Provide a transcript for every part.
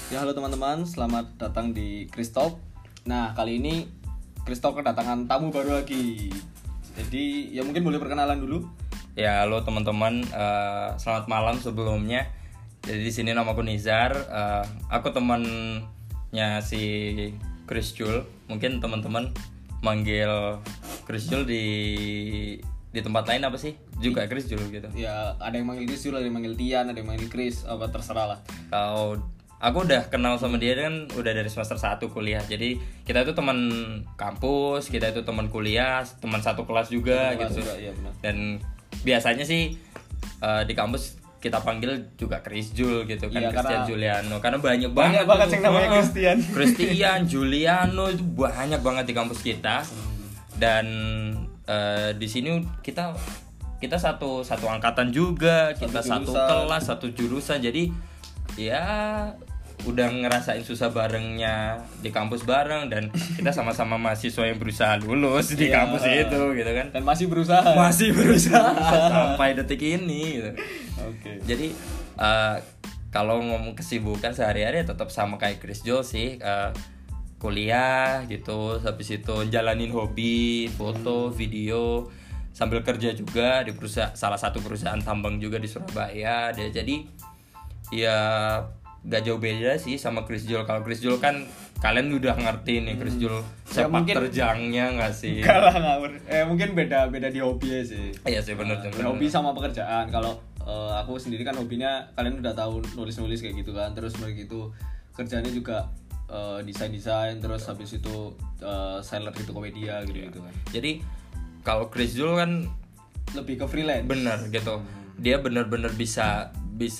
Ya halo teman-teman, selamat datang di Kristalk. Nah kali ini Kristalk kedatangan tamu baru lagi. Jadi ya mungkin boleh perkenalan dulu. Ya halo teman-teman, selamat malam sebelumnya. Jadi di sini namaku Nizar, aku temannya si Chris Jul. Mungkin teman-teman manggil Chris Jul di tempat lain apa sih? Juga Chris Jul gitu. Ya ada yang manggil Chris, ada yang manggil Tian, ada yang manggil Chris, apa terserah lah. Kalau aku udah kenal sama dia kan udah dari semester 1 kuliah. Jadi kita itu teman kampus, kita itu teman kuliah, teman satu kelas juga gitu. Iya, benar. Dan biasanya sih di kampus kita panggil juga Chris Jul gitu kan, Iya, Christian karena Juliano, karena banyak banget yang namanya Christian. Christian Juliano itu banyak banget di kampus kita. Dan di sini kita satu angkatan juga, kita satu kelas, satu jurusan. Jadi ya udah ngerasain susah barengnya di kampus bareng, dan kita sama-sama mahasiswa yang berusaha lulus di kampus itu gitu kan, Dan masih berusaha sampai detik ini gitu. Oke. Jadi kalau ngomong kesibukan sehari-hari tetap sama kayak Chris Joel sih, kuliah gitu, habis itu jalanin hobi, foto, video, sambil kerja juga di salah satu perusahaan tambang juga di Surabaya. Jadi ya gak jauh beda sih sama Chris Jul. Kalau Chris Jul kan kalian udah ngerti nih Chris Jul sepak terjangnya nggak sih? Mungkin beda di hobi sih. Iya sih benar. Hobi sama pekerjaan. Kalau aku sendiri kan hobinya kalian udah tahu nulis kayak gitu kan. Terus begitu kerjanya juga desain, terus habis itu seller di Tokopedia gitu kan. Jadi kalau Chris Jul kan lebih ke freelance. Bener gitu. Dia bener-bener bisa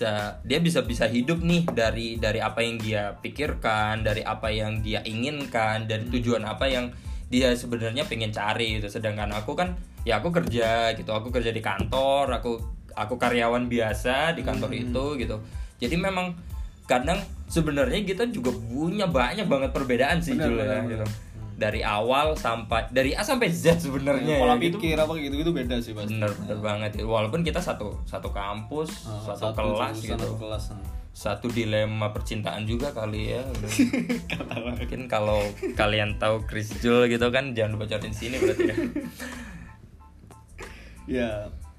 hidup nih dari apa yang dia pikirkan, dari apa yang dia inginkan, dari tujuan apa yang dia sebenarnya pengen cari gitu. Sedangkan aku kan ya aku kerja gitu, aku kerja di kantor, aku karyawan biasa di kantor itu gitu. Jadi memang kadang sebenarnya kita juga punya banyak banget perbedaan sih Jul ya gitu. Dari awal dari A sampai Z sebenarnya pola pikir apa gitu beda sih pasti. Bener banget ya. Walaupun kita satu kampus, satu kelas gitu. Satu dilema percintaan juga kali ya. Mungkin kalau kalian tahu Chris Jul gitu kan jangan bocorin sini berarti ya. Ya,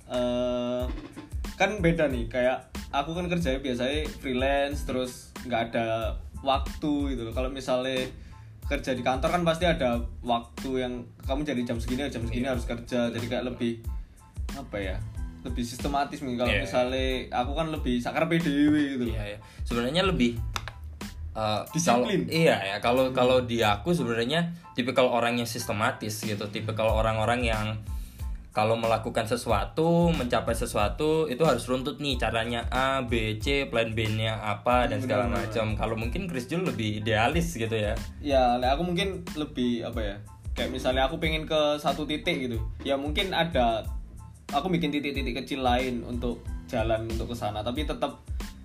kan beda nih, kayak aku kan kerjanya biasanya freelance, terus nggak ada waktu gitu loh. Kalau misalnya kerja di kantor kan pasti ada waktu yang kamu jadi jam segini harus kerja. Jadi kayak lebih apa ya, lebih sistematis nih. Kalau misalnya aku kan lebih sakar PDW gitu. Iya. Sebenarnya lebih disiplin. Kalau di aku sebenarnya tipikal orang yang sistematis gitu, tipikal orang-orang yang kalau melakukan sesuatu, mencapai sesuatu itu harus runtut nih caranya A, B, C, plan B-nya apa dan segala macam. Kalau mungkin Chris Jul lebih idealis gitu ya. Ya, aku mungkin lebih apa ya? Kayak misalnya aku pengen ke satu titik gitu. Ya mungkin aku bikin titik-titik kecil lain untuk jalan untuk ke sana, tapi tetap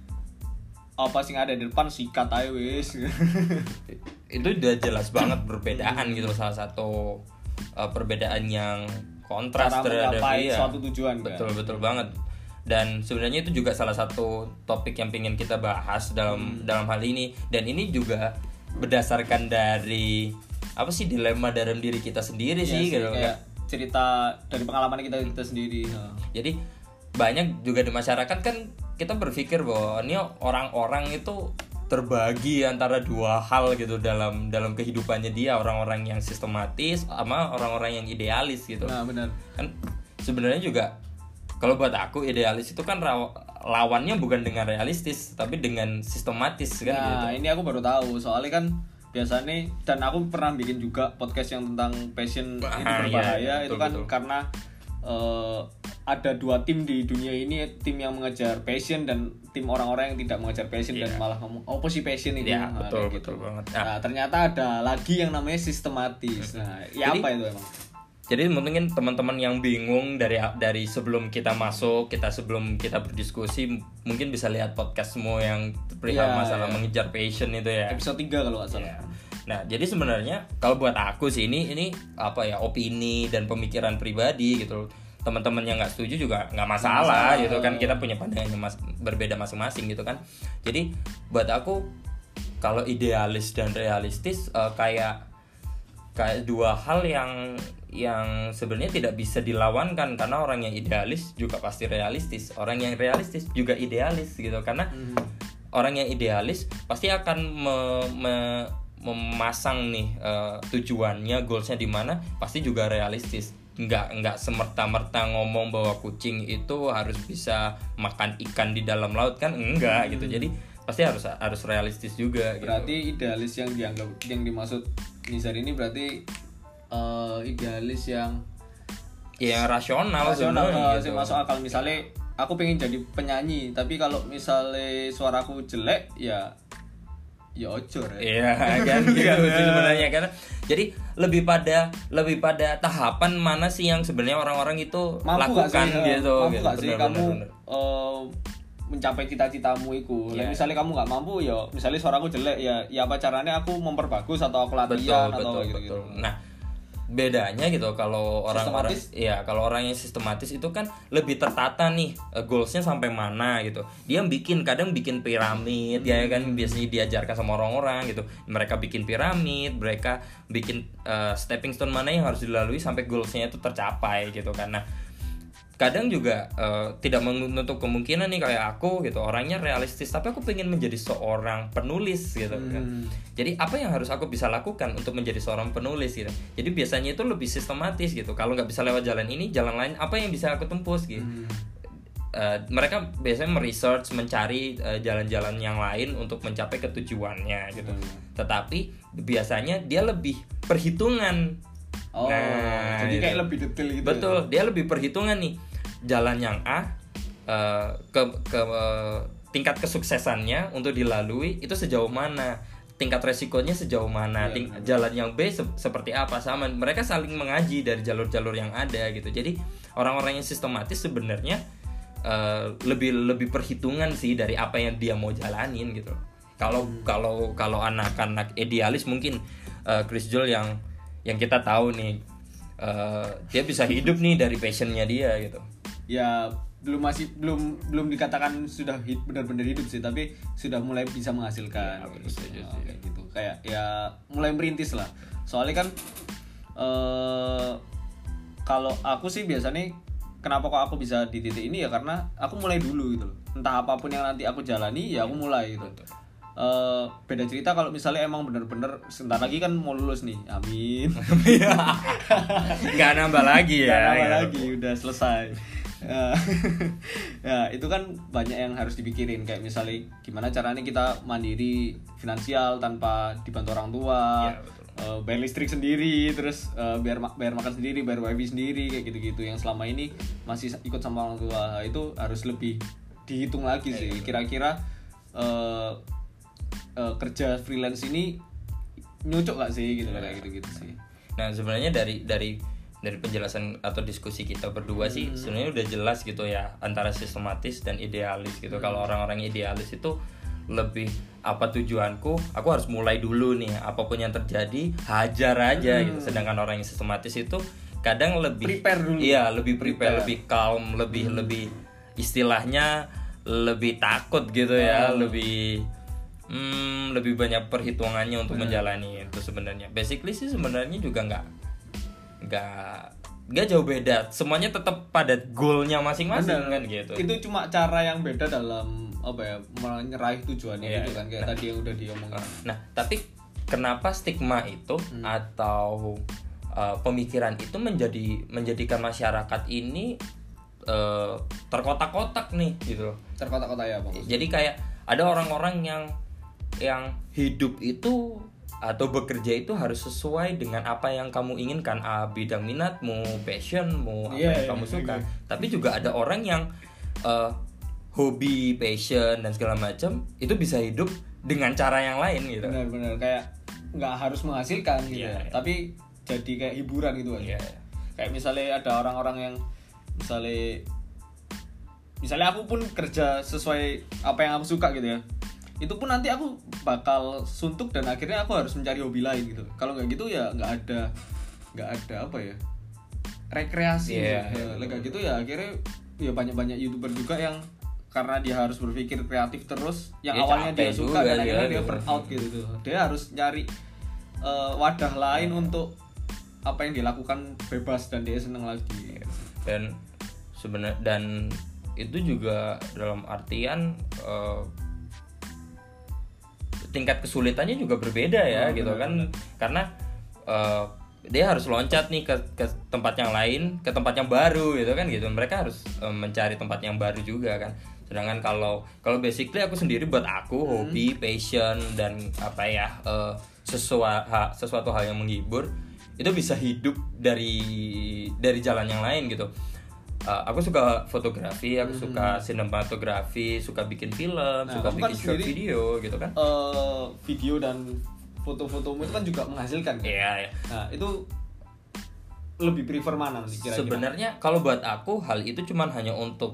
apa sih yang ada di depan sikat aja wis. Itu udah jelas banget perbedaan gitu, salah satu perbedaan yang kontras terhadap suatu tujuan. Betul banget. Dan sebenarnya itu juga salah satu topik yang pengen kita bahas dalam hal ini. Dan ini juga berdasarkan dari apa sih, dilema dalam diri kita sendiri sih gitu. Kayak cerita dari pengalaman kita sendiri. Jadi banyak juga di masyarakat kan kita berpikir bahwa ini orang-orang itu terbagi antara dua hal gitu dalam kehidupannya dia, orang-orang yang sistematis sama orang-orang yang idealis gitu. Nah, benar. Kan sebenarnya juga kalau buat aku idealis itu kan lawannya bukan dengan realistis tapi dengan sistematis kan gitu. Nah, ini aku baru tahu, soalnya kan biasanya, dan aku pernah bikin juga podcast yang tentang passion itu berbahaya. Itu kan betul. Karena ada dua tim di dunia ini, tim yang mengejar passion dan tim orang-orang yang tidak mengejar passion dan malah ngomong apa sih passion itu. Betul banget. Nah, ternyata ada lagi yang namanya sistematis. Nah, apa itu emang? Jadi mungkin teman-teman yang bingung dari sebelum kita sebelum kita berdiskusi mungkin bisa lihat podcast semua yang perihal masalah mengejar passion itu ya. Episode 3 kalau nggak salah. Ya. Nah, jadi sebenarnya kalau buat aku sih ini apa ya, opini dan pemikiran pribadi gitu. Teman-teman yang nggak setuju juga nggak masalah gitu kan, kita punya pandangan yang berbeda masing-masing gitu kan. Jadi buat aku kalau idealis dan realistis kayak dua hal yang sebenarnya tidak bisa dilawankan, karena orang yang idealis juga pasti realistis, orang yang realistis juga idealis gitu, karena orang yang idealis pasti akan memasang nih tujuannya, goalsnya di mana, pasti juga realistis. Nggak semerta-merta ngomong bahwa kucing itu harus bisa makan ikan di dalam laut kan, enggak gitu. Jadi pasti harus realistis juga. Berarti gitu. Idealis yang dimaksud Nizar ini berarti idealis yang rasional gitu. Masuk akal. Misalnya ya, aku pengen jadi penyanyi, tapi kalau misalnya suaraku jelek ya ojor ya. Iya kan gitu sebenarnya, karena jadi lebih pada tahapan mana sih yang sebenarnya orang-orang itu mampu lakukan gitu. Mampu gak sih kamu mencapai cita-citamu itu. Misalnya kamu nggak mampu ya, misalnya suaraku jelek ya apa caranya aku memperbagus atau aku latihan atau gitu. Nah, bedanya gitu kalau orang yang sistematis itu kan lebih tertata nih, goalsnya sampai mana gitu. Dia kadang bikin piramid ya kan, biasanya diajarkan sama orang-orang gitu. Mereka bikin piramid, mereka bikin stepping stone mana yang harus dilalui sampai goalsnya itu tercapai gitu kan. Nah, kadang juga tidak menutup kemungkinan nih kayak aku gitu, orangnya realistis tapi aku pengen menjadi seorang penulis gitu kan. Jadi apa yang harus aku bisa lakukan untuk menjadi seorang penulis gitu. Jadi biasanya itu lebih sistematis gitu. Kalau nggak bisa lewat jalan ini, jalan lain apa yang bisa aku tempuh gitu. Mereka biasanya meresearch, mencari jalan-jalan yang lain untuk mencapai ketujuannya gitu. Tetapi biasanya dia lebih perhitungan. Jadi kayak lebih detail gitu. Betul, dia lebih perhitungan nih. Jalan yang A ke tingkat kesuksesannya untuk dilalui itu sejauh mana, tingkat resikonya sejauh mana, jalan yang B seperti apa, sama. Mereka saling mengaji dari jalur-jalur yang ada gitu. Jadi orang-orang yang sistematis sebenarnya lebih perhitungan sih dari apa yang dia mau jalanin gitu. Kalau anak-anak idealis mungkin Chris Joel yang kita tahu nih, dia bisa hidup nih dari passionnya dia gitu. Ya belum dikatakan sudah benar-benar hidup sih, tapi sudah mulai bisa menghasilkan. Kayak gitu. Kayak ya mulai merintis lah. Soalnya kan kalau aku sih biasanya kenapa kok aku bisa di titik ini ya karena aku mulai dulu gitu loh. Entah apapun yang nanti aku jalani ya aku mulai gitu. Beda cerita kalau misalnya emang bener-bener sebentar lagi kan mau lulus nih, amin. Nggak nambah lagi ya. Nggak nambah lagi, udah selesai. Ya itu kan banyak yang harus dipikirin, kayak misalnya gimana caranya kita mandiri finansial tanpa dibantu orang tua, bayar listrik sendiri, terus bayar makan sendiri, bayar wifi sendiri, kayak gitu-gitu yang selama ini masih ikut sama orang tua. Itu harus lebih dihitung lagi sih, kira-kira kerja freelance ini nyocok gak sih gitu, kayak gitu sih. Nah sebenarnya dari penjelasan atau diskusi kita berdua sih sebenarnya udah jelas gitu ya antara sistematis dan idealis gitu. Kalau orang-orang idealis itu lebih apa tujuanku, aku harus mulai dulu nih, apapun yang terjadi hajar aja gitu. Sedangkan orang yang sistematis itu kadang lebih prepare dulu. Iya, lebih prepare, lebih calm, lebih istilahnya lebih takut gitu ya, lebih banyak perhitungannya untuk menjalani itu sebenarnya. Basically sih sebenarnya juga nggak jauh beda, semuanya tetap pada goalnya masing-masing kan gitu. Itu cuma cara yang beda dalam meraih tujuannya gitu kan, kayak tadi yang udah diomongin. Nah tapi kenapa stigma itu atau pemikiran itu menjadikan masyarakat ini terkotak-kotak nih gitu loh. Terkotak-kotak ya Bang. Jadi kayak ada orang-orang yang hidup itu atau bekerja itu harus sesuai dengan apa yang kamu inginkan, bidang minatmu, passionmu, apa yang kamu suka. Tapi juga ada orang yang hobi, passion dan segala macam itu bisa hidup dengan cara yang lain gitu. Benar-benar kayak nggak harus menghasilkan gitu, tapi jadi kayak hiburan gitu aja. Kayak misalnya ada orang-orang yang misalnya aku pun kerja sesuai apa yang aku suka gitu ya, itu pun nanti aku bakal suntuk dan akhirnya aku harus mencari hobi lain gitu. Kalau nggak gitu ya nggak ada apa ya, rekreasi. Kayak gitu ya akhirnya ya banyak YouTuber juga yang karena dia harus berpikir kreatif terus yang Dia awalnya dia capek suka juga dan akhirnya dia. dia burn out gitu tuh. Dia harus nyari wadah lain untuk apa yang dilakukan bebas dan dia seneng lagi. Dan sebenarnya dan itu juga dalam artian tingkat kesulitannya juga berbeda ya gitu kan, karena dia harus loncat nih ke tempat yang lain, ke tempat yang baru gitu kan gitu. Mereka harus mencari tempat yang baru juga kan. Sedangkan kalau basically aku sendiri, buat aku hobi, passion dan apa ya, sesuatu hal yang menghibur itu bisa hidup dari jalan yang lain gitu. Aku suka fotografi, aku suka sinematografi, suka bikin film, suka kamu bikin kan short sendiri, video gitu kan. Video dan foto-fotomu itu kan juga menghasilkan kan? Iya. Nah itu lebih prefer mana nanti kira-kira? Sebenarnya kalau buat aku hal itu cuman hanya untuk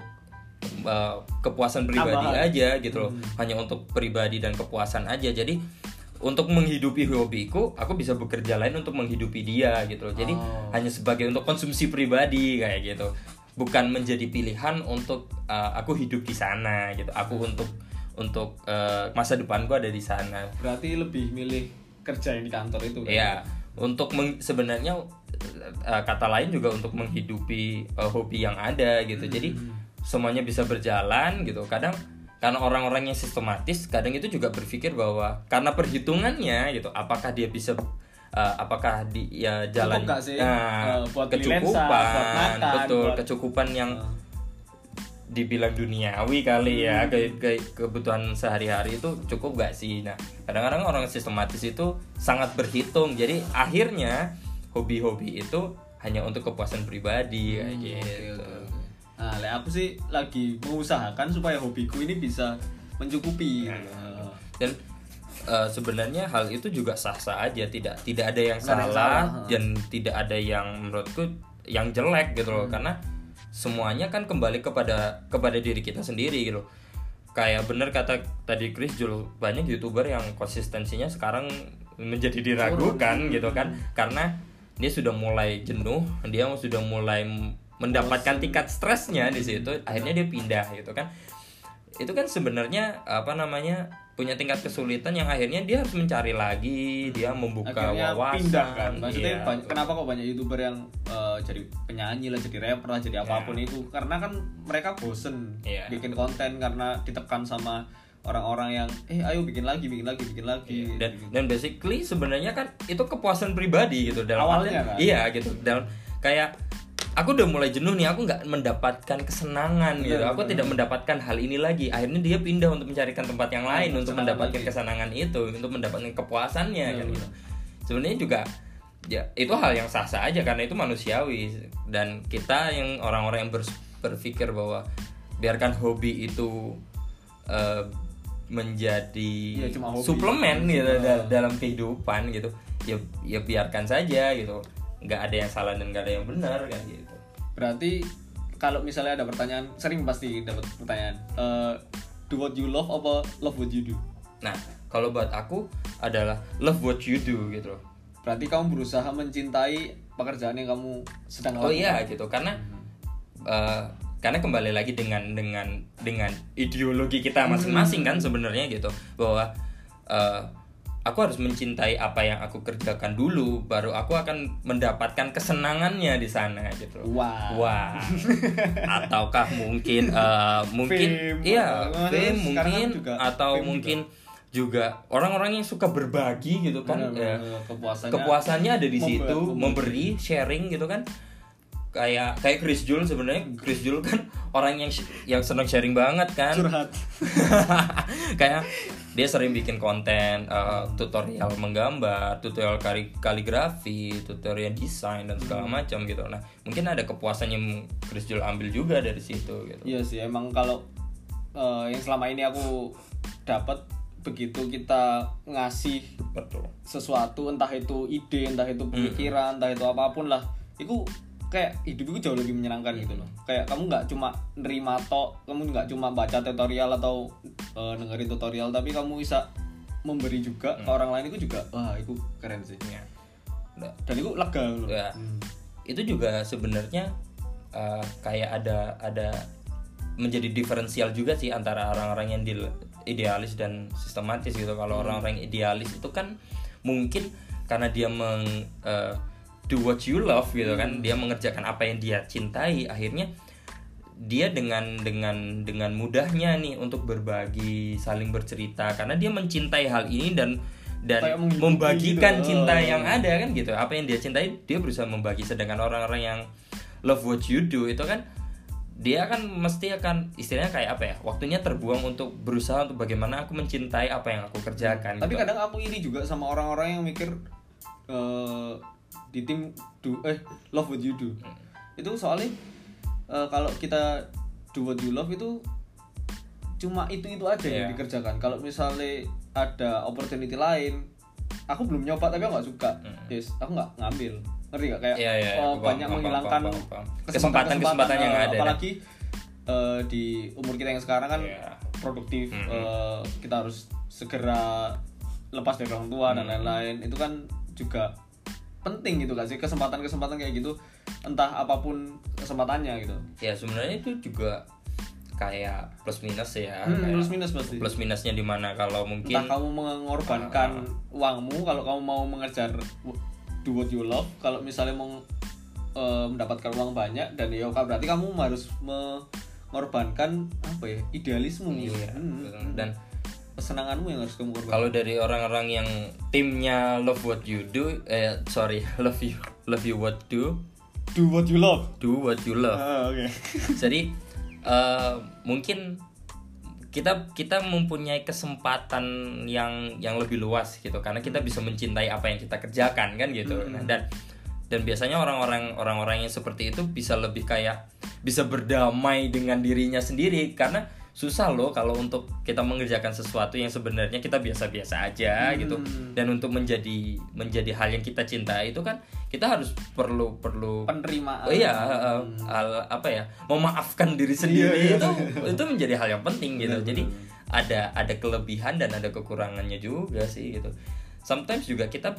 kepuasan pribadi Tambahan. aja gitu loh, hanya untuk pribadi dan kepuasan aja. Jadi untuk menghidupi hobiku, aku bisa bekerja lain untuk menghidupi dia gitu loh. Jadi hanya sebagai untuk konsumsi pribadi kayak gitu, bukan menjadi pilihan untuk aku hidup di sana gitu. Aku untuk masa depanku ada di sana. Berarti lebih milih kerja yang di kantor itu kan? Iya, untuk sebenarnya kata lain juga untuk menghidupi hobi yang ada gitu. Jadi semuanya bisa berjalan gitu. Kadang karena orang-orang yang sistematis, kadang itu juga berpikir bahwa karena perhitungannya gitu, apakah dia bisa apakah dia jalan Cukup gak sih? Buat kecukupan, freelancer, buat makan, betul, buat- kecukupan yang dibilang duniawi kali ya, kebutuhan sehari-hari itu cukup gak sih? Nah, kadang-kadang orang sistematis itu sangat berhitung. Jadi akhirnya hobi-hobi itu hanya untuk kepuasan pribadi kayak gitu. Oke. Nah, aku sih lagi mengusahakan supaya hobiku ini bisa mencukupi. Dan sebenarnya hal itu juga sah-sah aja, tidak ada yang Nggak ada yang salah salah. dan tidak ada yang menurutku yang jelek gitu loh, karena semuanya kan kembali kepada diri kita sendiri gitu. Kayak bener kata tadi Chris Jul, banyak YouTuber yang konsistensinya sekarang menjadi diragukan gitu kan, karena dia sudah mulai jenuh, dia sudah mulai mendapatkan tingkat stresnya di situ, akhirnya dia pindah gitu kan. Itu kan sebenarnya apa namanya, punya tingkat kesulitan yang akhirnya dia harus mencari lagi, dia membuka Akhirnya wawasan. pindah kan. Maksudnya Iya. kenapa kok banyak YouTuber yang jadi penyanyi lah, jadi rapper lah, jadi apapun itu? Karena kan mereka bosen Iya. bikin konten karena ditekan sama orang-orang yang ayo bikin lagi. Dan basically sebenarnya kan itu kepuasan pribadi gitu dalam Awalnya artian- kan? Iya gitu. Dalam kayak aku udah mulai jenuh nih, aku nggak mendapatkan kesenangan gitu. Aku tidak mendapatkan hal ini lagi. Akhirnya dia pindah untuk mencarikan tempat yang lain untuk kesenangan mendapatkan lagi. kesenangan itu, untuk mendapatkan kepuasannya kan gitu. Sebenarnya juga ya itu hal yang sah-sah aja karena itu manusiawi, dan kita yang orang-orang yang berpikir bahwa biarkan hobi itu menjadi Ya, cuma hobi. suplemen gitu dalam kehidupan gitu, ya biarkan saja gitu, nggak ada yang salah dan nggak ada yang benar kan gitu. Berarti kalau misalnya ada pertanyaan, sering pasti dapat pertanyaan, do what you love apa love what you do? Nah kalau buat aku adalah love what you do gitu loh. Berarti kamu berusaha mencintai pekerjaan yang kamu sedang Oh lakukan. iya gitu, karena kembali lagi dengan ideologi kita masing-masing kan sebenarnya gitu, bahwa aku harus mencintai apa yang aku kerjakan dulu, baru aku akan mendapatkan kesenangannya di sana gitu. Wah. Ataukah mungkin Fame. iya, fame Sekarang mungkin, kan juga atau fame mungkin juga orang-orang yang suka berbagi gitu kan. Benar, Ya, kepuasannya kepuasannya ada di situ, memberi. memberi, sharing gitu kan. Kayak Chris Jul, sebenarnya Chris Jul kan orang yang senang sharing banget kan. Curhat. Kayak dia sering bikin konten tutorial menggambar, tutorial kaligrafi, tutorial desain dan segala macam gitu. Nah, mungkin ada kepuasan yang Chris Jul ambil juga dari situ gitu. Iya sih, emang kalau yang selama ini aku dapat, begitu kita ngasih Betul. sesuatu, entah itu ide, entah itu pemikiran, entah itu apapun lah, itu kayak hidup itu jauh lebih menyenangkan gitu loh. Kayak kamu nggak cuma nerima tok, kamu nggak cuma baca tutorial atau dengerin tutorial, tapi kamu bisa memberi juga ke orang lain, itu juga wah itu keren sih. Ya. Nah, Dan itu lega loh. ya. Itu juga sebenarnya kayak ada menjadi diferensial juga sih antara orang-orang yang idealis dan sistematis gitu. Kalau orang-orang yang idealis itu kan mungkin karena dia do what you love gitu kan, dia mengerjakan apa yang dia cintai, akhirnya dia dengan mudahnya nih untuk berbagi, saling bercerita karena dia mencintai hal ini dan membagikan gitu. Cinta yang ada kan gitu. Apa yang dia cintai dia berusaha membagi. Sedangkan orang-orang yang love what you do itu kan dia kan mesti akan istilahnya kayak apa ya, waktunya terbuang untuk berusaha untuk bagaimana aku mencintai apa yang aku kerjakan. Tapi gitu. kadang aku iri juga sama orang-orang yang mikir di tim love what you do. Itu soalnya kalau kita do what you love itu cuma itu aja yang dikerjakan. Kalau misalnya ada opportunity lain, aku belum nyoba tapi aku nggak suka, yes, aku nggak ngambil. Ngerti nggak kayak banyak menghilangkan kesempatan yang ada. Apalagi di umur kita yang sekarang kan produktif, kita harus segera lepas dari orang tua dan lain-lain. Itu kan juga penting gitu gak sih, kesempatan kayak gitu, entah apapun kesempatannya gitu. Ya sebenarnya itu juga kayak plus minus ya. Plus minus pasti. Plus minusnya di mana kalau mungkin entah kamu mengorbankan uangmu kalau kamu mau mengejar do what you love, kalau misalnya mau mendapatkan uang banyak dan ya berarti kamu harus mengorbankan apa ya, idealismu. Iya. Dan kesenanganmu yang harus kamu korbankan. Kalau dari orang-orang yang timnya love what you do, love you what do what you love. Do what you love. Okay. Jadi mungkin kita mempunyai kesempatan yang lebih luas gitu karena kita bisa mencintai apa yang kita kerjakan kan gitu. Nah, dan biasanya orang-orang yang seperti itu bisa lebih kayak bisa berdamai dengan dirinya sendiri karena susah loh kalau untuk kita mengerjakan sesuatu yang sebenarnya kita biasa-biasa aja gitu. Dan untuk menjadi hal yang kita cintai itu kan kita harus perlu penerimaan. Oh iya, memaafkan diri sendiri itu menjadi hal yang penting gitu. Jadi ada kelebihan dan ada kekurangannya juga sih gitu. Sometimes juga kita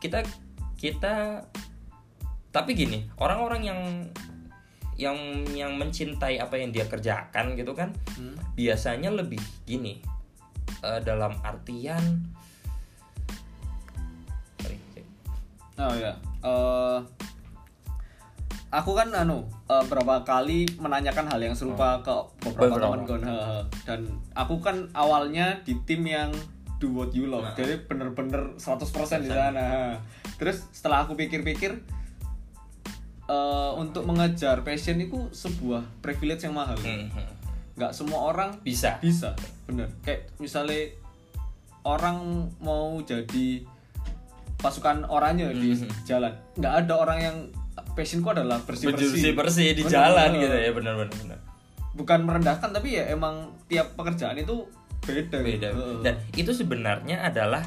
tapi gini, orang-orang yang mencintai apa yang dia kerjakan gitu kan biasanya lebih gini, dalam artian aku kan berapa kali menanyakan hal yang serupa ke beberapa temanku, dan aku kan awalnya di tim yang do what you love, jadi bener-bener 100% di sana. Terus setelah aku pikir-pikir, untuk mengejar passion itu sebuah privilege yang mahal. Nggak semua orang bisa, bener. Kayak misalnya orang mau jadi pasukan oranye di jalan, nggak ada orang yang passionku adalah bersih di jalan gitu ya, benar. Bukan merendahkan, tapi ya emang tiap pekerjaan itu beda. Dan itu sebenarnya adalah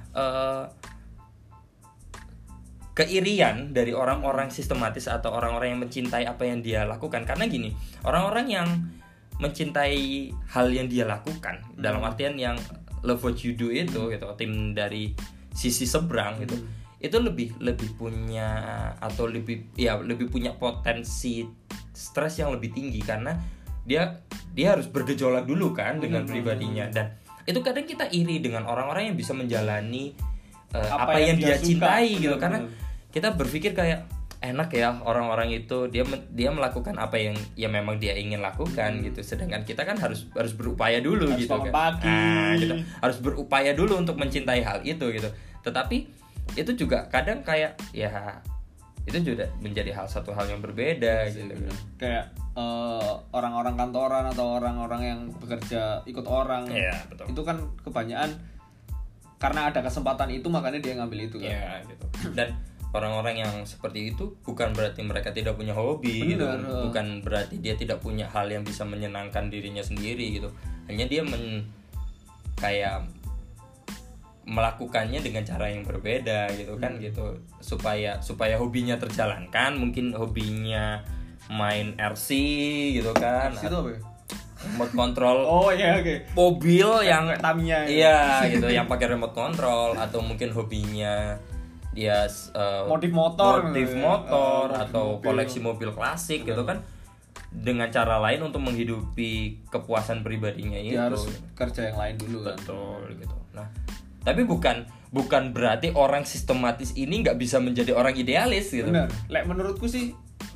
keirian dari orang-orang sistematis atau orang-orang yang mencintai apa yang dia lakukan. Karena gini, orang-orang yang mencintai hal yang dia lakukan dalam artian yang love what you do itu gitu, tim dari sisi seberang gitu, itu lebih punya atau lebih punya potensi stres yang lebih tinggi karena dia harus bergejolak dulu kan dengan pribadinya. Dan itu kadang kita iri dengan orang-orang yang bisa menjalani apa yang dia cintai gitu, karena kita berpikir kayak enak ya orang-orang itu dia melakukan apa yang memang dia ingin lakukan gitu, sedangkan kita kan harus berupaya dulu harus gitu kan. Kita harus berupaya dulu untuk mencintai hal itu gitu. Tetapi itu juga kadang kayak ya itu juga menjadi satu hal yang berbeda gitu. Kayak orang-orang kantoran atau orang-orang yang bekerja ikut orang, betul. Itu kan kebanyakan karena ada kesempatan itu makanya dia ngambil itu kan. Gitu. Dan orang-orang yang seperti itu bukan berarti mereka tidak punya hobi gitu. Bukan berarti dia tidak punya hal yang bisa menyenangkan dirinya sendiri gitu. Hanya dia kayak melakukannya dengan cara yang berbeda gitu kan gitu, supaya hobinya terjalankan. Mungkin hobinya main RC gitu kan. RC itu apa ya? Remote control. Mobil yang Tamiya. Iya gitu, yang pakai remote control. Atau mungkin hobinya dia modif motor atau koleksi mobil klasik gitu kan. dengan cara lain untuk menghidupi kepuasan pribadinya itu. Dia harus kerja yang lain dulu kan. Betul gitu. Nah, tapi bukan berarti orang sistematis ini nggak bisa menjadi orang idealis gitu. Benar. Menurutku sih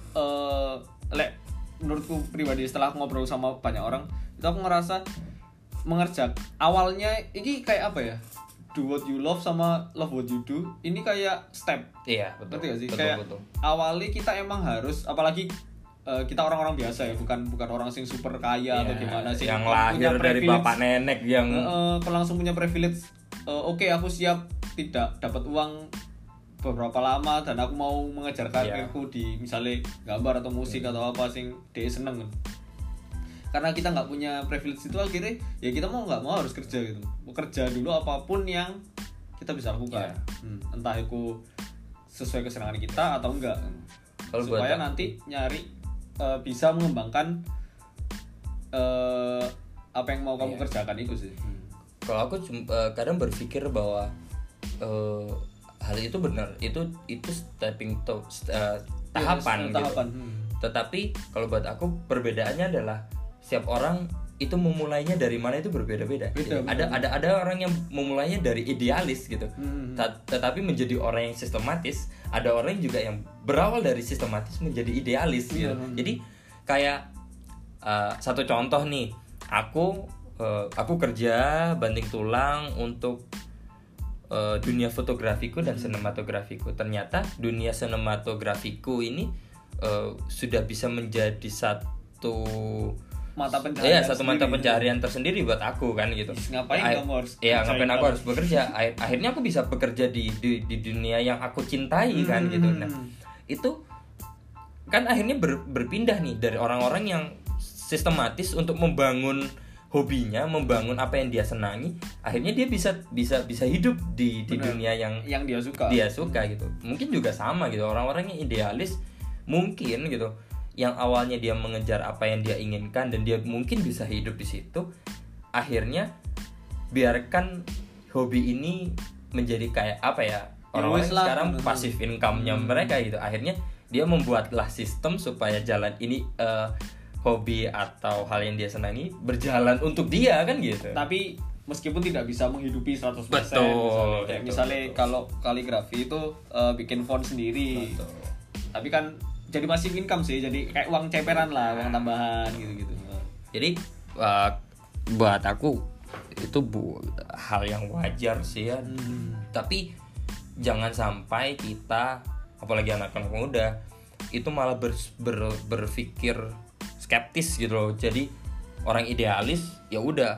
menurutku pribadi setelah aku ngobrol sama banyak orang, itu aku ngerasa mengerjakan awalnya ini kayak apa ya? Do what you love sama love what you do. Ini kayak step. Iya, betul. Ngerti gak sih? Betul, Kayak betul. awalnya kita emang harus, apalagi kita orang-orang biasa ya, bukan orang sing super kaya atau gimana sih, yang lahir dari bapak nenek yang langsung punya privilege. Oke, aku siap tidak dapat uang beberapa lama dan aku mau mengejar karirku di misalnya gambar atau musik atau apa sing dia seneng kan. Karena kita nggak punya privilege itu, akhirnya ya kita mau nggak mau harus kerja gitu, bekerja dulu apapun yang kita bisa lakukan, entah itu sesuai kesenangan kita atau enggak, supaya nanti nyari bisa mengembangkan apa yang mau kamu kerjakan itu sih. Kalau aku kadang berpikir bahwa hal itu benar, itu stepping tahapan. Tetapi kalau buat aku perbedaannya adalah setiap orang itu memulainya dari mana itu berbeda-beda. Ada orang yang memulainya dari idealis gitu, tetapi menjadi orang yang sistematis. Ada orang juga yang berawal dari sistematis menjadi idealis gitu. Jadi kayak satu contoh nih, aku kerja banting tulang untuk dunia fotografiku dan sinematografiku. Ternyata dunia sinematografiku ini sudah bisa menjadi satu mata pencaharian tersendiri buat aku kan gitu. Ngapain aku harus bekerja? Akhirnya aku bisa bekerja di dunia yang aku cintai kan gitu. Nah, itu kan akhirnya berpindah nih dari orang-orang yang sistematis untuk membangun hobinya, membangun apa yang dia senangi, akhirnya dia bisa hidup di dunia yang dia suka gitu. Mungkin juga sama gitu, orang-orang yang idealis mungkin gitu, yang awalnya dia mengejar apa yang dia inginkan dan dia mungkin bisa hidup di situ, akhirnya biarkan hobi ini menjadi kayak apa ya, orang-orang sekarang passive income-nya mereka gitu. Akhirnya dia membuatlah sistem supaya jalan ini hobi atau hal yang dia senangi berjalan untuk dia kan gitu. Tapi meskipun tidak bisa menghidupi 100%. Betul. Misalnya kalau kaligrafi itu bikin font sendiri. Betul. Tapi kan jadi passive income sih, jadi kayak uang ceperan lah, uang tambahan gitu-gitu. Jadi buat aku itu hal yang wajar sih ya. Tapi jangan sampai kita, apalagi anak-anak muda, itu malah berpikir skeptis gitu loh. Jadi orang idealis ya udah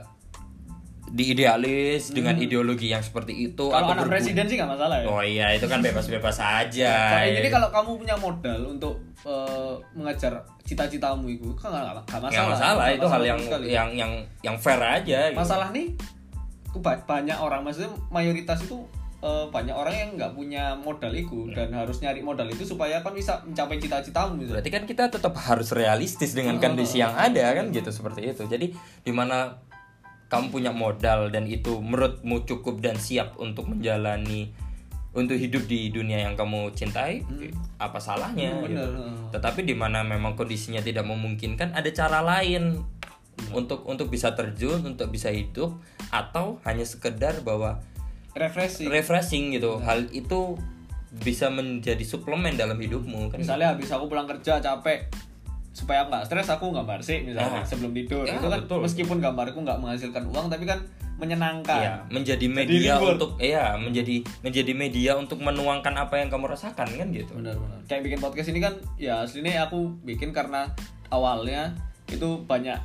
diidealis dengan ideologi yang seperti itu. Kalau anak presiden sih nggak masalah ya. Oh iya, itu kan bebas-bebas aja. Jadi kalau kamu punya modal untuk mengejar cita-citamu itu kan nggak masalah. Nggak masalah, itu hal yang fair aja. Gitu. Masalah nih banyak orang, maksudnya mayoritas itu banyak orang yang nggak punya modal itu dan harus nyari modal itu supaya kan bisa mencapai cita-citamu. Berarti kan kita tetap harus realistis dengan kondisi yang ada kan gitu, seperti itu. Jadi di mana kamu punya modal dan itu menurutmu cukup dan siap untuk menjalani, untuk hidup di dunia yang kamu cintai, apa salahnya? Gitu. Tetapi di mana memang kondisinya tidak memungkinkan, ada cara lain untuk bisa terjun, untuk bisa hidup, atau hanya sekedar bahwa refreshing gitu. Hal itu bisa menjadi suplemen dalam hidupmu kan. Misalnya habis aku pulang kerja capek, supaya nggak stres aku gambar sih misalnya sebelum tidur. Itu kan betul. Meskipun gambarku nggak menghasilkan uang tapi kan menyenangkan. Iya, menjadi media untuk menjadi media untuk menuangkan apa yang kamu rasakan kan gitu. Benar. Kayak bikin podcast ini kan ya aslinya aku bikin karena awalnya itu banyak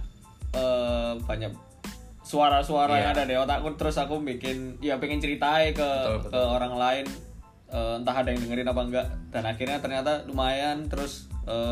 suara-suara yang ada di otakku, terus aku bikin ya pengen ceritain ke orang lain, entah ada yang dengerin apa enggak, dan akhirnya ternyata lumayan. Terus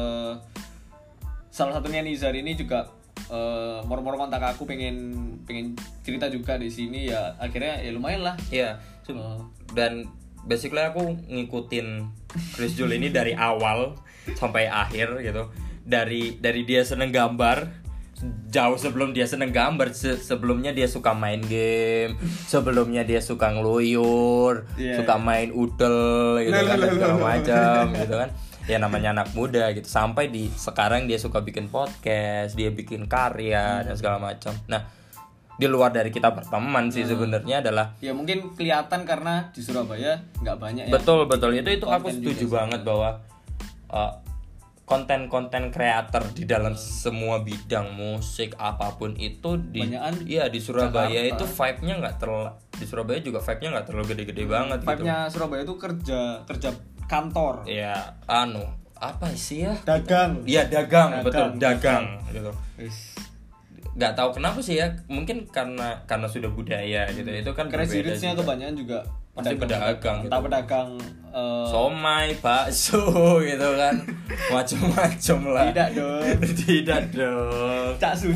salah satunya Nizar ini juga moro-moro kontak aku pengen cerita juga di sini, ya akhirnya ya lumayan lah. Iya. Dan basically aku ngikutin Chris Jul ini dari awal sampai akhir gitu. Dari dia seneng gambar, jauh sebelum dia seneng gambar, sebelumnya dia suka main game, sebelumnya dia suka ngeluyur, suka main udel gitu kan, segala macam gitu kan. ya namanya anak muda gitu, sampai di sekarang dia suka bikin podcast, dia bikin karya dan segala macam. Nah, di luar dari kita berteman sih sebenarnya adalah ya mungkin kelihatan karena di Surabaya nggak banyak ya. Betul itu aku konten setuju juga banget bahwa konten-konten kreator di dalam semua bidang musik apapun itu Banyakan di Surabaya Jakarta. itu vibe-nya nggak terlalu, di Surabaya juga vibe-nya nggak terlalu gede-gede banget gitu. Vibe-nya Surabaya itu kerja kantor. Ya apa sih ya? Dagang. Iya dagang, betul dagang. gitu. Wis. Nggak tahu kenapa sih ya, mungkin karena sudah budaya gitu. Itu kan Crazy berbeda Rich-nya juga. kebanyakan juga Pasti pedagang gitu. Entah pedagang Somai, bakso gitu kan. Macam-macam lah. Tidak dong. Tidak dong. Caksu.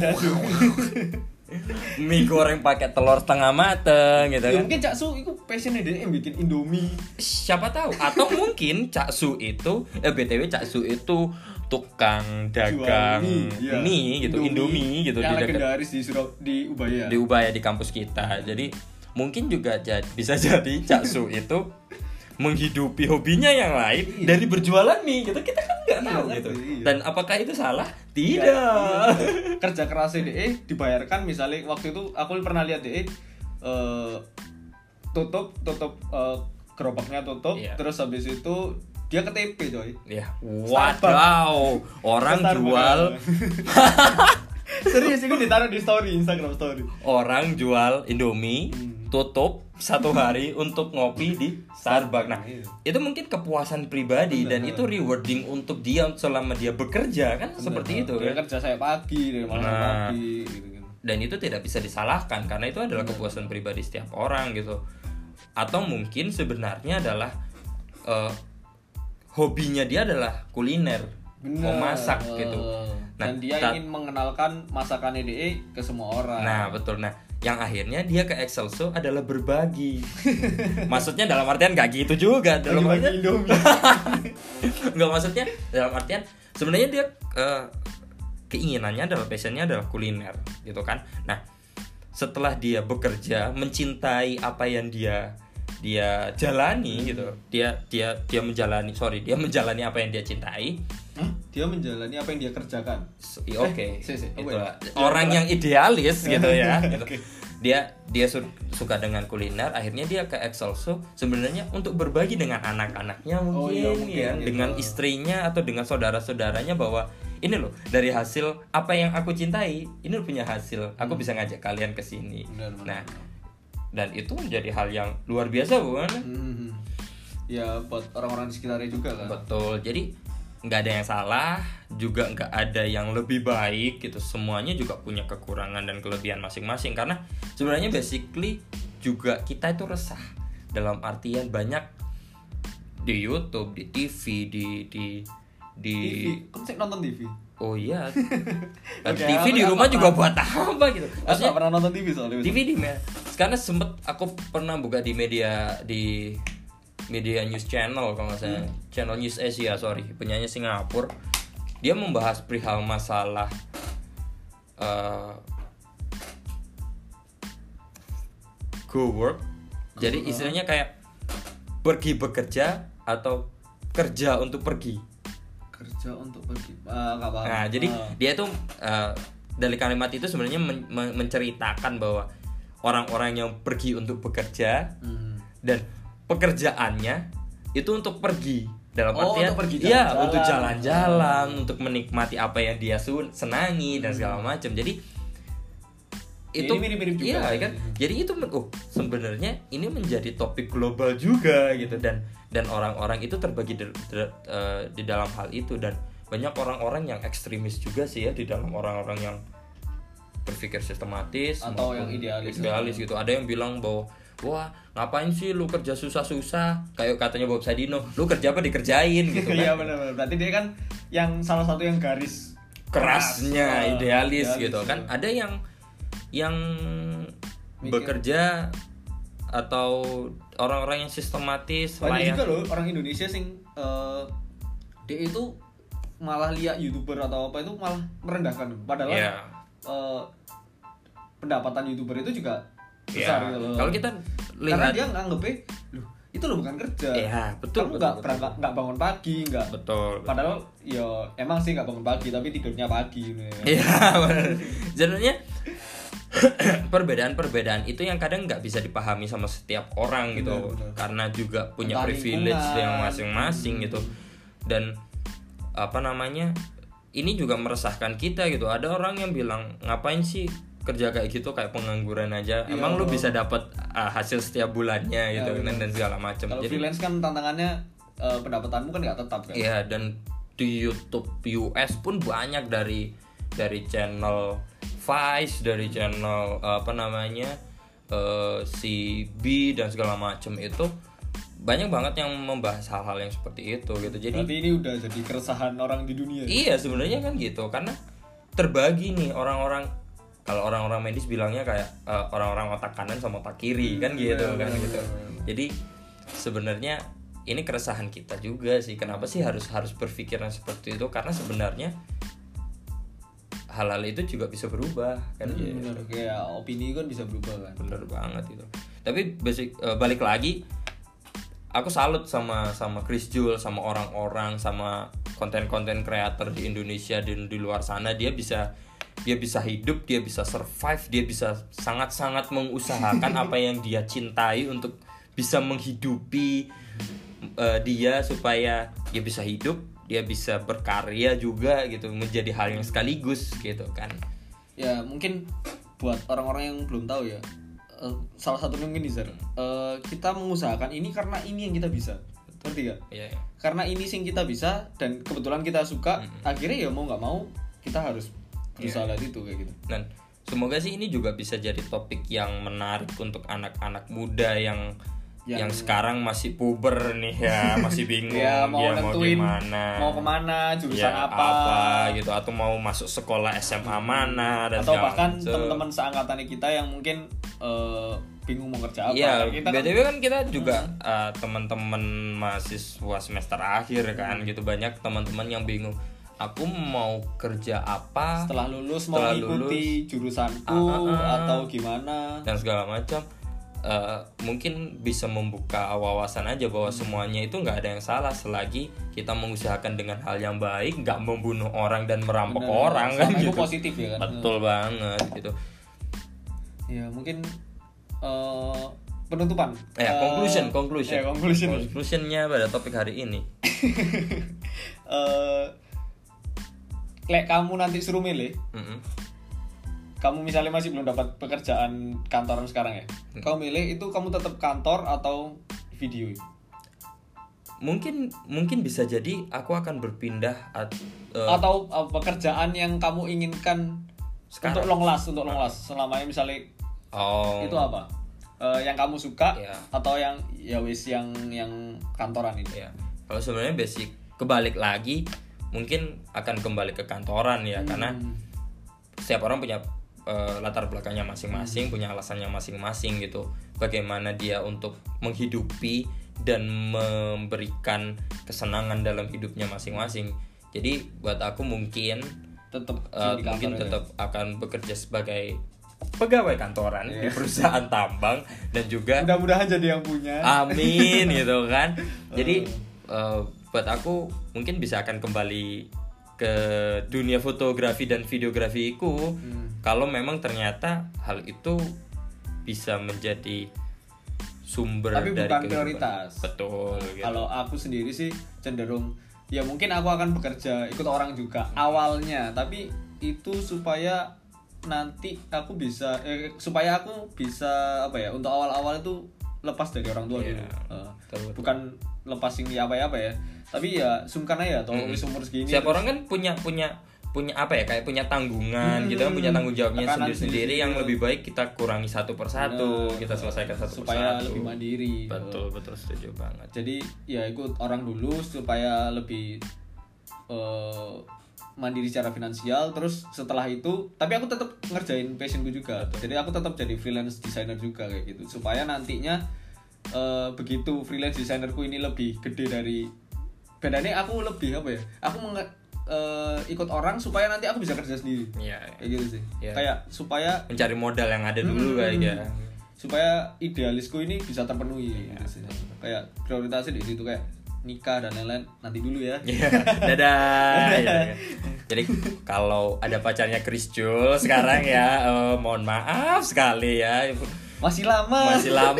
Mie goreng pakai telur setengah mateng gitu Ya kan. mungkin Caksu itu passionnya dia yang bikin Indomie. Siapa tahu, atau mungkin Caksu itu BTW Caksu itu tukang dagang Jual mie gitu, Indomie gitu yang di dekat legendaris di Ubaya. di Ubaya di kampus kita. Jadi mungkin juga bisa jadi Caksu itu menghidupi hobinya yang lain dari berjualan mie gitu. Kita kan nggak tahu gitu. Iya. Dan apakah itu salah? Iya. Tidak. Kerja keras DE dibayarkan, misalnya waktu itu aku pernah lihat DE tutup gerobaknya tutup, Iya. terus habis itu dia ke TP coy. Ya, wadaw, orang Starbucks. jual Serius itu ditaruh di story Instagram story. orang jual Indomie tutup 1 hari untuk ngopi di Starbucks. Nah, Iya. itu mungkin kepuasan pribadi dan itu rewarding untuk dia selama dia bekerja kan seperti itu Dia kan. kerja saya pagi dari malam Nah. pagi gitu kan. Dan itu tidak bisa disalahkan karena itu adalah kepuasan pribadi setiap orang gitu. Atau mungkin sebenarnya adalah hobinya dia adalah kuliner, mau masak gitu. Nah, Dan dia ingin mengenalkan masakan DE ke semua orang. Nah betul. Nah yang akhirnya dia ke Excelso adalah berbagi. Maksudnya dalam artian gak gitu juga. Dalam bagi artian Indomie. nggak, maksudnya dalam artian sebenarnya dia keinginannya adalah passionnya adalah kuliner gitu kan. Nah setelah dia bekerja mencintai apa yang dia jalani gitu, dia menjalani apa yang dia cintai. Hah? Dia menjalani apa yang dia kerjakan. Oke. Apa Itulah ya? orang yang idealis gitu ya gitu. Oke. Dia suka dengan kuliner, akhirnya dia ke Excelso sebenarnya untuk berbagi dengan anak-anaknya mungkin, iya, mungkin ya, gitu. dengan istrinya atau dengan saudara-saudaranya bahwa ini loh dari hasil apa yang aku cintai, ini loh punya hasil, aku bisa ngajak kalian ke sini. Benar. Nah, dan itu menjadi hal yang luar biasa bukan? Ya buat orang-orang di sekitarnya juga kan. Betul. Jadi nggak ada yang salah, juga nggak ada yang lebih baik gitu. Semuanya juga punya kekurangan dan kelebihan masing-masing. Karena sebenarnya basically juga kita itu resah dalam artian banyak di YouTube, di TV, di TV, kamu sih nonton TV? oh iya. Oke, TV di aku rumah nggak juga pernah. buat apa gitu. Aku Maksudnya nggak pernah nonton TV soalnya. TV karena sempet aku pernah buka di media news channel kalau nggak salah, channel News Asia, penyanyi Singapura. Dia membahas perihal masalah go work. Jadi istilahnya kayak pergi bekerja atau kerja untuk pergi. Kerja untuk pergi. Nggak paham. Nah, jadi dia tuh dari kalimat itu sebenarnya menceritakan bahwa orang-orang yang pergi untuk bekerja dan pekerjaannya itu untuk pergi dalam artian untuk pergi iya jalan-jalan. untuk jalan-jalan, untuk menikmati apa yang dia senangi dan segala macam. Jadi itu ini mirip-mirip juga. iya kan. Jadi itu sebenarnya ini menjadi topik global juga gitu, dan orang-orang itu terbagi di dalam hal itu, dan banyak orang-orang yang ekstremis juga sih ya di dalam orang-orang yang berpikir sistematis Atau yang idealis gitu. Ada yang bilang bahwa wah ngapain sih lu kerja susah-susah, kayak katanya Bob Sadino, lu kerja apa dikerjain gitu kan. Iya benar-benar. Berarti dia kan yang salah satu yang garis kerasnya keras. idealis Idealis gitu kan. ya. Ada yang Mikir. bekerja atau orang-orang yang sistematis Banyak layak. juga loh orang Indonesia sing dia itu malah lihat YouTuber atau apa itu malah merendahkan. Padahal Iya. pendapatan YouTuber itu juga Ya, besar gitu loh. kalau kita Karena lihat dia nganggepnya, loh itu lo bukan kerja. Iya, betul. Kamu nggak berangkat, nggak bangun pagi, nggak. Betul. Padahal ya emang sih nggak bangun pagi, tapi tidurnya pagi. Iya, benar. Sebenarnya perbedaan-perbedaan itu yang kadang nggak bisa dipahami sama setiap orang gitu, benar. karena juga punya Entah privilege lingkungan. yang masing-masing gitu. Dan apa namanya, ini juga meresahkan kita gitu. Ada orang yang bilang, ngapain sih kerja kayak gitu, kayak pengangguran aja. Iya. Emang lu bisa dapat hasil setiap bulannya gitu, Ya, dan segala macam. Kalau freelance kan tantangannya pendapatanmu kan nggak tetap kan. Iya, dan di YouTube US pun banyak dari channel Vice, dari channel apa namanya si B dan segala macam, itu banyak banget yang membahas hal-hal yang seperti itu gitu. Jadi Berarti ini udah jadi keresahan orang di dunia. iya, sebenarnya kan gitu, karena terbagi nih orang-orang. Kalau orang-orang medis bilangnya kayak orang-orang otak kanan sama otak kiri kan gitu kan gitu. Jadi sebenarnya ini keresahan kita juga sih. Kenapa sih harus berpikiran seperti itu? Karena sebenarnya hal-hal itu juga bisa berubah kan. Bener, kayak opini kan bisa berubah kan. Bener banget itu. Tapi balik lagi, aku salut sama Chris Jul, sama orang-orang, sama konten-konten kreator di Indonesia dan di luar sana. Dia bisa hidup, dia bisa survive, dia bisa sangat-sangat mengusahakan apa yang dia cintai untuk bisa menghidupi dia, supaya dia bisa hidup, dia bisa berkarya juga gitu, menjadi hal yang sekaligus gitu kan. Ya mungkin buat orang-orang yang belum tahu ya, salah satunya mungkin Nizar, kita mengusahakan ini karena ini yang kita bisa, ngerti gak? Iya. Karena ini sih kita bisa dan kebetulan kita suka, akhirnya ya mau nggak mau kita harus berusaha lagi itu kayak gitu. Dan semoga sih ini juga bisa jadi topik yang menarik untuk anak-anak muda yang sekarang masih puber nih ya, masih bingung Ya, mau dia nentuin mau kemana, jurusan ya, apa gitu, atau mau masuk sekolah SMA mana dan atau segala bahkan macam. teman-teman seangkatan kita yang mungkin bingung mau kerja apa. Iya, Kita BTW kan kita juga teman-teman mahasiswa semester akhir kan gitu, banyak teman-teman yang bingung, aku mau kerja apa setelah lulus mau mengikuti jurusanku atau gimana dan segala macam. Mungkin bisa membuka wawasan aja bahwa semuanya itu nggak ada yang salah selagi kita mengusahakan dengan hal yang baik, nggak membunuh orang dan merampok orang kan itu gitu. positif ya kan. Betul banget gitu. Ya mungkin penutupan. Conclusionnya pada topik hari ini. Lek kamu nanti suruh milih, kamu misalnya masih belum dapat pekerjaan kantoran sekarang ya, kamu milih itu kamu tetap kantor atau video? Mungkin bisa jadi aku akan berpindah atau pekerjaan yang kamu inginkan sekarang. Untuk long last selamanya misalnya. Itu apa? Yang kamu suka atau yang ya wis yang kantoran ini? Ya. Kalau sebenarnya basic kebalik lagi, mungkin akan kembali ke kantoran ya, karena setiap orang punya latar belakangnya masing-masing, punya alasannya masing-masing gitu. Bagaimana dia untuk menghidupi dan memberikan kesenangan dalam hidupnya masing-masing. Jadi buat aku mungkin tetap akan bekerja sebagai pegawai kantoran di perusahaan tambang, dan juga mudah-mudahan jadi yang punya. Amin gitu kan. Jadi buat aku mungkin bisa akan kembali ke dunia fotografi dan videografiku kalau memang ternyata hal itu bisa menjadi sumber tapi dari bukan kehidupan. Prioritas. Betul gitu. Kalau aku sendiri sih cenderung ya mungkin aku akan bekerja ikut orang juga awalnya, tapi itu supaya nanti aku bisa supaya aku bisa apa ya, untuk awal-awal itu lepas dari orang tua dulu. Bukan lepas ini apa ya, tapi ya sungkan aja atau umur segini. Setiap orang kan punya apa ya, kayak punya tanggungan gitu kan, punya tanggung jawabnya sendiri-sendiri yang lebih baik kita kurangi satu persatu, kita selesaikan satu supaya persatu. Lebih mandiri. Betul setuju banget. Jadi ya ikut orang dulu supaya lebih mandiri secara finansial, terus setelah itu tapi aku tetap ngerjain passionku juga. Jadi aku tetap jadi freelance designer juga kayak gitu, supaya nantinya begitu freelance designerku ini lebih gede dari bedanya, aku lebih apa ya, aku ikut orang supaya nanti aku bisa kerja sendiri. Iya. Kayak gitu sih. Ya. Kayak supaya mencari modal yang ada dulu kayak ya. supaya idealisku ini bisa terpenuhi gitu sih. Kayak prioritasnya di situ kayak nikah dan lain-lain nanti dulu ya. Dadah. Ya. Jadi kalau ada pacarnya Chris Jul sekarang ya, mohon maaf sekali ya. Masih lama.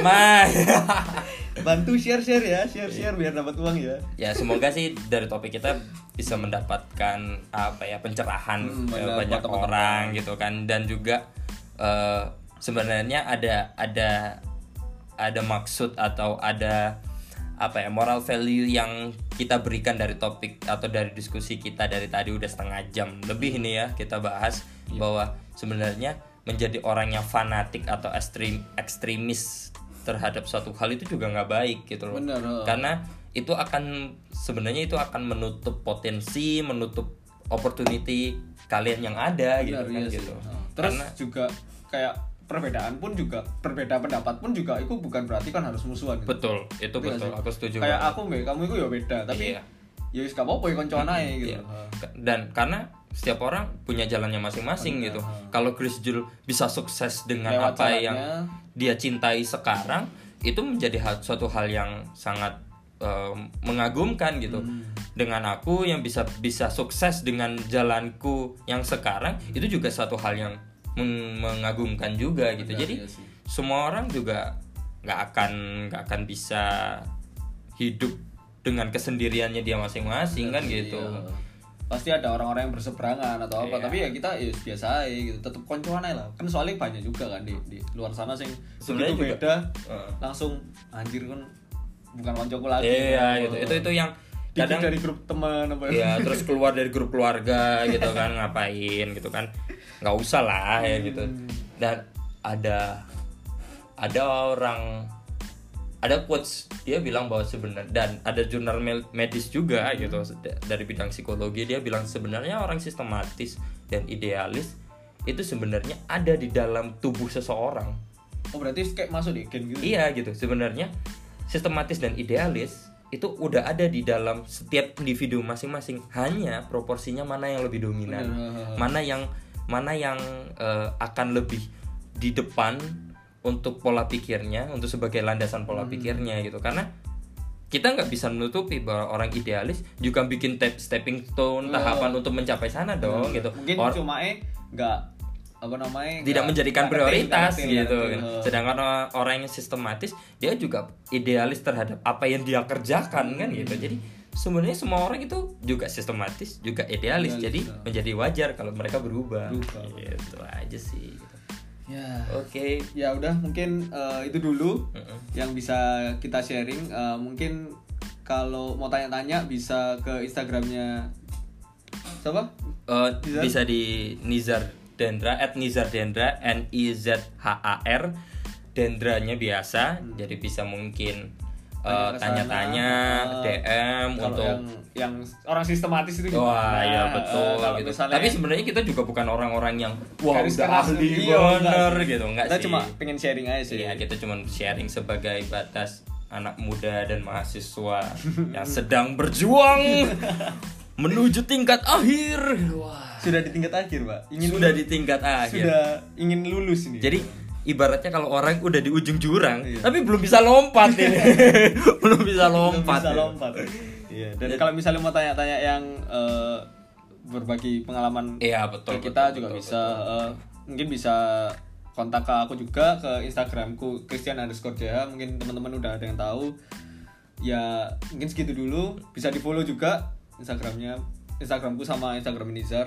Bantu share ya, share biar dapat uang ya. Ya semoga sih dari topik kita bisa mendapatkan pencerahan banyak orang gitu kan, dan juga sebenarnya ada maksud atau ada moral value yang kita berikan dari topik atau dari diskusi kita dari tadi udah setengah jam lebih ini ya kita bahas bahwa sebenarnya menjadi orang yang fanatik atau ekstremis terhadap suatu hal itu juga nggak baik gitu loh. Bener. Karena itu sebenarnya akan menutup potensi, menutup opportunity kalian yang ada. Bener, gitu kan iya gitu. Terus karena juga kayak perbeda pendapat pun juga itu bukan berarti kan harus musuhan gitu. Betul, itu betul. Aku setuju. Kayak aku kamu itu ya beda, tapi ya wis gak apa-apa ya koncoan aja gitu. Dan karena setiap orang punya jalannya masing-masing gitu. Kalau Chris Jul bisa sukses dengan lewat apa jalannya yang dia cintai sekarang, itu menjadi suatu hal yang sangat mengagumkan gitu. Dengan aku yang bisa sukses dengan jalanku yang sekarang, itu juga satu hal yang mengagumkan juga gitu. Jadi semua orang juga nggak akan bisa hidup dengan kesendiriannya dia masing-masing kan gitu. Pasti ada orang-orang yang berseberangan atau apa, tapi ya kita biasa aja gitu, tetap koncoan aja lah. Kan soalnya banyak juga kan di luar sana sing sebenarnya beda langsung anjir kan bukan koncoku lagi. Iya gitu. Itu yang kadang dari grup teman apa ya terus keluar dari grup keluarga gitu kan, ngapain gitu kan, nggak usah lah ya gitu. Dan ada quotes dia bilang bahwa sebenarnya, dan ada jurnal medis juga gitu dari bidang psikologi, dia bilang sebenarnya orang sistematis dan idealis itu sebenarnya ada di dalam tubuh seseorang. Oh berarti kayak masuk di gen gitu. Iya gitu, sebenarnya sistematis dan idealis itu udah ada di dalam setiap individu masing-masing, hanya proporsinya mana yang lebih dominan, mana yang akan lebih di depan untuk pola pikirnya, untuk sebagai landasan pola pikirnya gitu. Karena kita nggak bisa menutupi bahwa orang idealis juga bikin stepping stone tahapan untuk mencapai sana dong gitu. Mungkin cuma nggak tidak menjadikan prioritas gitu. Sedangkan orang yang sistematis dia juga idealis terhadap apa yang dia kerjakan kan gitu. Jadi sebenarnya semua orang itu juga sistematis, juga idealis. Jadi menjadi wajar kalau mereka berubah. Gitu aja sih gitu. Ya. Oke. Ya udah mungkin itu dulu yang bisa kita sharing. Mungkin kalau mau tanya-tanya bisa ke Instagramnya siapa? Bisa di Nizar Dendra @nizardendra NIZHAR, Dendranya biasa. Jadi bisa mungkin tanya-tanya DM kalau untuk yang orang sistematis itu gimana? Wah, iya betul gitu. Tapi sebenarnya kita juga bukan orang-orang yang udah ahli bener gitu, enggak sih. Kita cuma pengen sharing aja sih. Iya, kita cuma sharing sebagai batas anak muda dan mahasiswa yang sedang berjuang menuju tingkat akhir. Wah. Sudah di tingkat akhir, Pak. Di tingkat akhir. Sudah ingin lulus ini. Jadi ibaratnya kalau orang udah di ujung jurang, tapi belum bisa lompat ini. belum bisa lompat. Iya. Dan kalau misalnya mau tanya-tanya yang berbagi pengalaman betul, kita betul, juga betul, bisa mungkin bisa kontak ke aku juga ke Instagramku Christian_JH. Mungkin teman-teman udah ada yang tahu. Ya mungkin segitu dulu. Bisa di-follow juga Instagramku sama Instagram Nizar.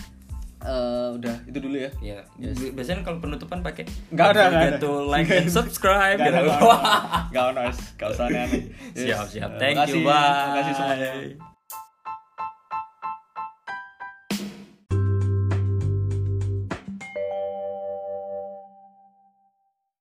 Udah itu dulu ya. Iya. Yes. Biasanya kalau penutupan pakai enggak ada. Like and subscribe gitu. Enggak usah aneh. Siap. Thank you. Bye. Terima kasih semuanya.